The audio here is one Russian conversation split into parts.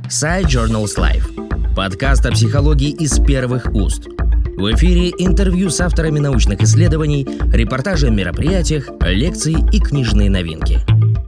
Sci Journals Live. Подкаст о психологии из первых уст. В эфире интервью с авторами научных исследований, репортажи о мероприятиях, лекции и книжные новинки.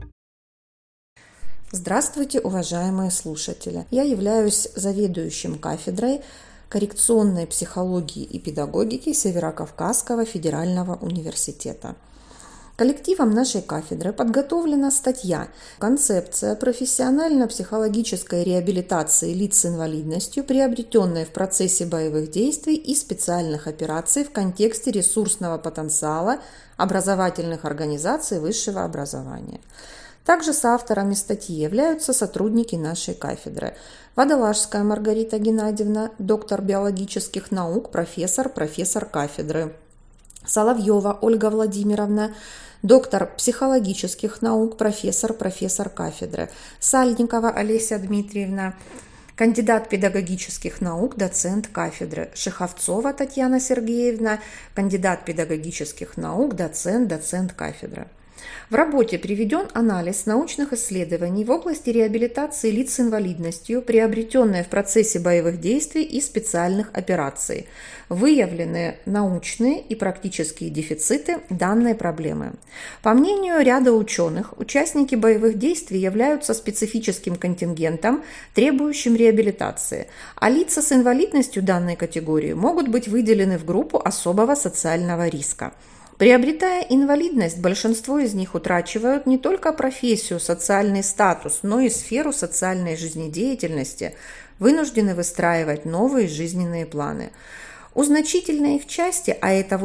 Здравствуйте, уважаемые слушатели! Я являюсь заведующим кафедрой коррекционной психологии и педагогики Северокавказского федерального университета. Коллективом нашей кафедры подготовлена статья «Концепция профессионально-психологической реабилитации лиц с инвалидностью, приобретенной в процессе боевых действий и специальных операций в контексте ресурсного потенциала образовательных организаций высшего образования». Также соавторами статьи являются сотрудники нашей кафедры: Водолажская Маргарита Геннадьевна, доктор биологических наук, профессор кафедры; Соловьева Ольга Владимировна, доктор психологических наук, профессор кафедры; Сальникова Олеся Дмитриевна, кандидат педагогических наук, доцент кафедры; Шеховцова Татьяна Сергеевна, кандидат педагогических наук, доцент кафедры. В работе приведен анализ научных исследований в области реабилитации лиц с инвалидностью, приобретенной в процессе боевых действий и специальных операций. Выявлены научные и практические дефициты данной проблемы. По мнению ряда ученых, участники боевых действий являются специфическим контингентом, требующим реабилитации, а лица с инвалидностью данной категории могут быть выделены в группу особого социального риска. Приобретая инвалидность, большинство из них утрачивают не только профессию, социальный статус, но и сферу социальной жизнедеятельности, вынуждены выстраивать новые жизненные планы. У значительной их части, а это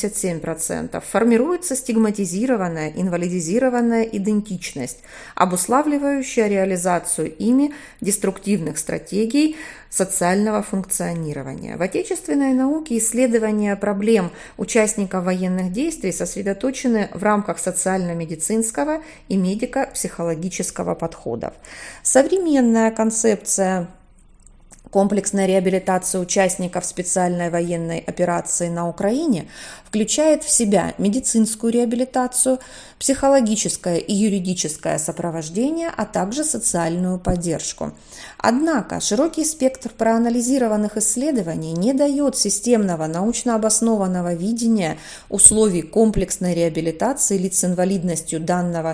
87%, формируется стигматизированная, инвалидизированная идентичность, обуславливающая реализацию ими деструктивных стратегий социального функционирования. В отечественной науке исследования проблем участников военных действий сосредоточены в рамках социально-медицинского и медико-психологического подходов. Современная концепция комплексная реабилитация участников специальной военной операции на Украине включает в себя медицинскую реабилитацию, психологическое и юридическое сопровождение, а также социальную поддержку. Однако широкий спектр проанализированных исследований не дает системного научно обоснованного видения условий комплексной реабилитации лиц с инвалидностью данного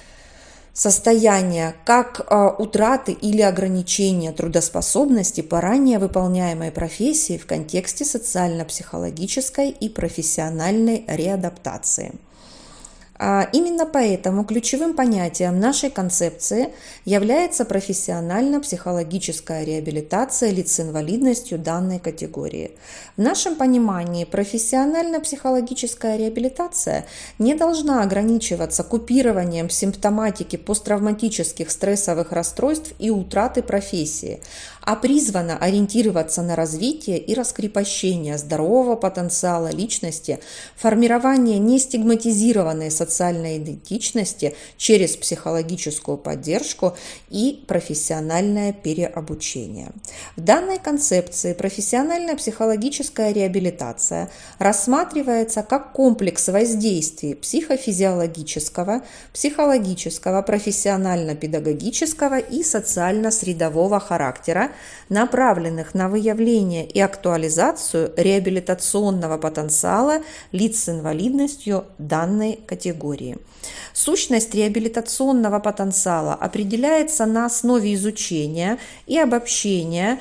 состояния, как утраты или ограничения трудоспособности по ранее выполняемой профессии в контексте социально-психологической и профессиональной реадаптации. Именно поэтому ключевым понятием нашей концепции является профессионально-психологическая реабилитация лиц с инвалидностью данной категории. В нашем понимании профессионально-психологическая реабилитация не должна ограничиваться купированием симптоматики посттравматических стрессовых расстройств и утраты профессии, а призвана ориентироваться на развитие и раскрепощение здорового потенциала личности, формирование нестигматизированной социальной идентичности через психологическую поддержку и профессиональное переобучение. В данной концепции профессиональная психологическая реабилитация рассматривается как комплекс воздействий психофизиологического, психологического, профессионально-педагогического и социально-средового характера, направленных на выявление и актуализацию реабилитационного потенциала лиц с инвалидностью данной категории. Сущность реабилитационного потенциала определяется на основе изучения и обобщения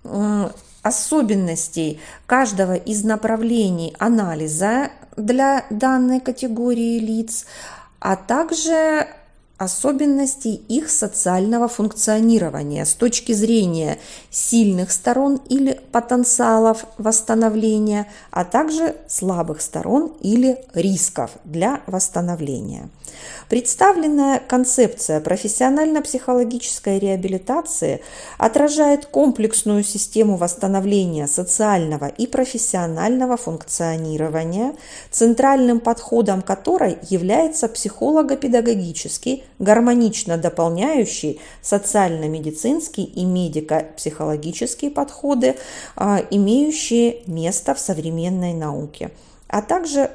особенностей каждого из направлений анализа для данной категории лиц, а также особенностей их социального функционирования с точки зрения сильных сторон или потенциалов восстановления, а также слабых сторон или рисков для восстановления. Представленная концепция профессионально-психологической реабилитации отражает комплексную систему восстановления социального и профессионального функционирования, центральным подходом которой является психолого-педагогический, гармонично дополняющий социально-медицинский и медико-психологические подходы, имеющие место в современной науке, а также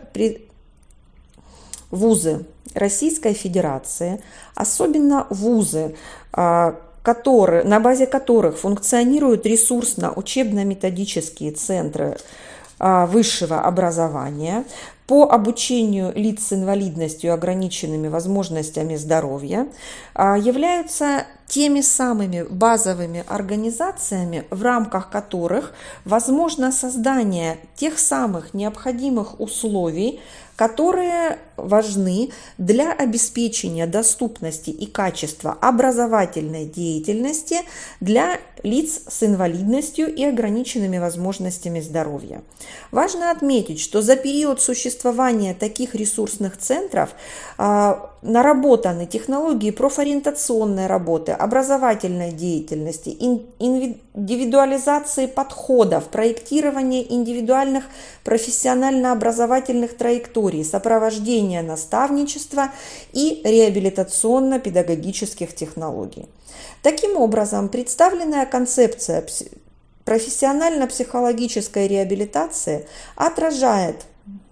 вузы Российской Федерации, особенно вузы на базе которых функционируют ресурсно-учебно-методические центры высшего образования по обучению лиц с инвалидностью и ограниченными возможностями здоровья, являются теми самыми базовыми организациями, в рамках которых возможно создание тех самых необходимых условий, которые важны для обеспечения доступности и качества образовательной деятельности для лиц с инвалидностью и ограниченными возможностями здоровья. Важно отметить, что за период существования таких ресурсных центров наработаны технологии профориентационной работы, образовательной деятельности, индивидуализации подходов, проектирования индивидуальных профессионально-образовательных траекторий, сопровождения наставничества и реабилитационно-педагогических технологий. Таким образом, представленная концепция профессионально-психологической реабилитации отражает.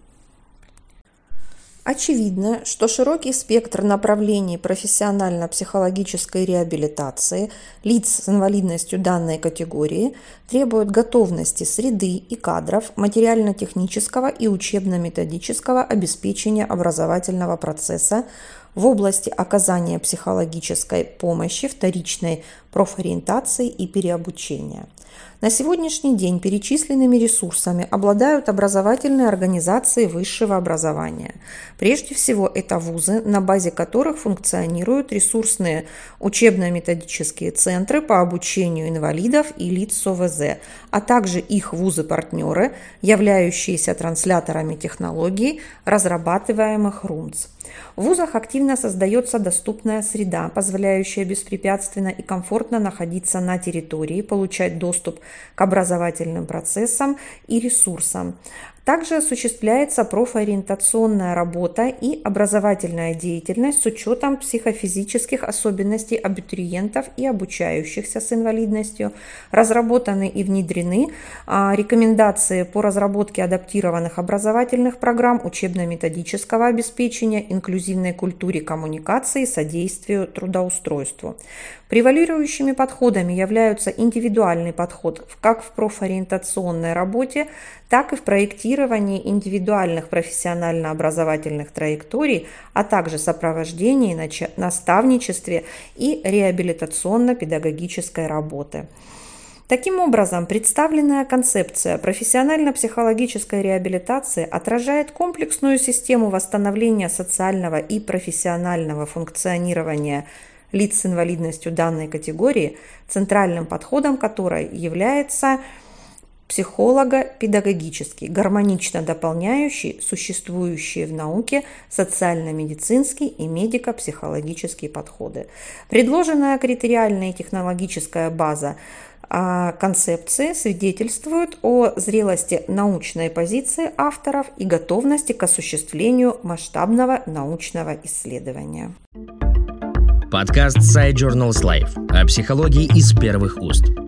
Очевидно, что широкий спектр направлений профессионально-психологической реабилитации лиц с инвалидностью данной категории требует готовности среды и кадров, материально-технического и учебно-методического обеспечения образовательного процесса в области оказания психологической помощи, вторичной профориентации и переобучения. На сегодняшний день перечисленными ресурсами обладают образовательные организации высшего образования. Прежде всего, это вузы, на базе которых функционируют ресурсные учебно-методические центры по обучению инвалидов и лиц с ОВЗ, а также их вузы-партнеры, являющиеся трансляторами технологий, разрабатываемых РУНЦ. В вузах активно создается доступная среда, позволяющая беспрепятственно и комфортно находиться на территории, получать доступ к образовательным процессам и ресурсам. Также осуществляется профориентационная работа и образовательная деятельность с учетом психофизических особенностей абитуриентов и обучающихся с инвалидностью. Разработаны и внедрены рекомендации по разработке адаптированных образовательных программ учебно-методического обеспечения, инклюзивной культуре коммуникации, содействию трудоустройству. Превалирующими подходами являются индивидуальный подход как в профориентационной работе, так и в проектировании индивидуальных профессионально-образовательных траекторий, а также сопровождении, наставничестве и реабилитационно-педагогической работы. Таким образом, представленная концепция профессионально-психологической реабилитации отражает комплексную систему восстановления социального и профессионального функционирования лиц с инвалидностью данной категории, центральным подходом которой является психолого-педагогический, гармонично дополняющий существующие в науке социально-медицинский и медико-психологические подходы. Предложенная критериальная и технологическая база концепции свидетельствует о зрелости научной позиции авторов и готовности к осуществлению масштабного научного исследования. Подкаст Side Journals Life о психологии из первых уст.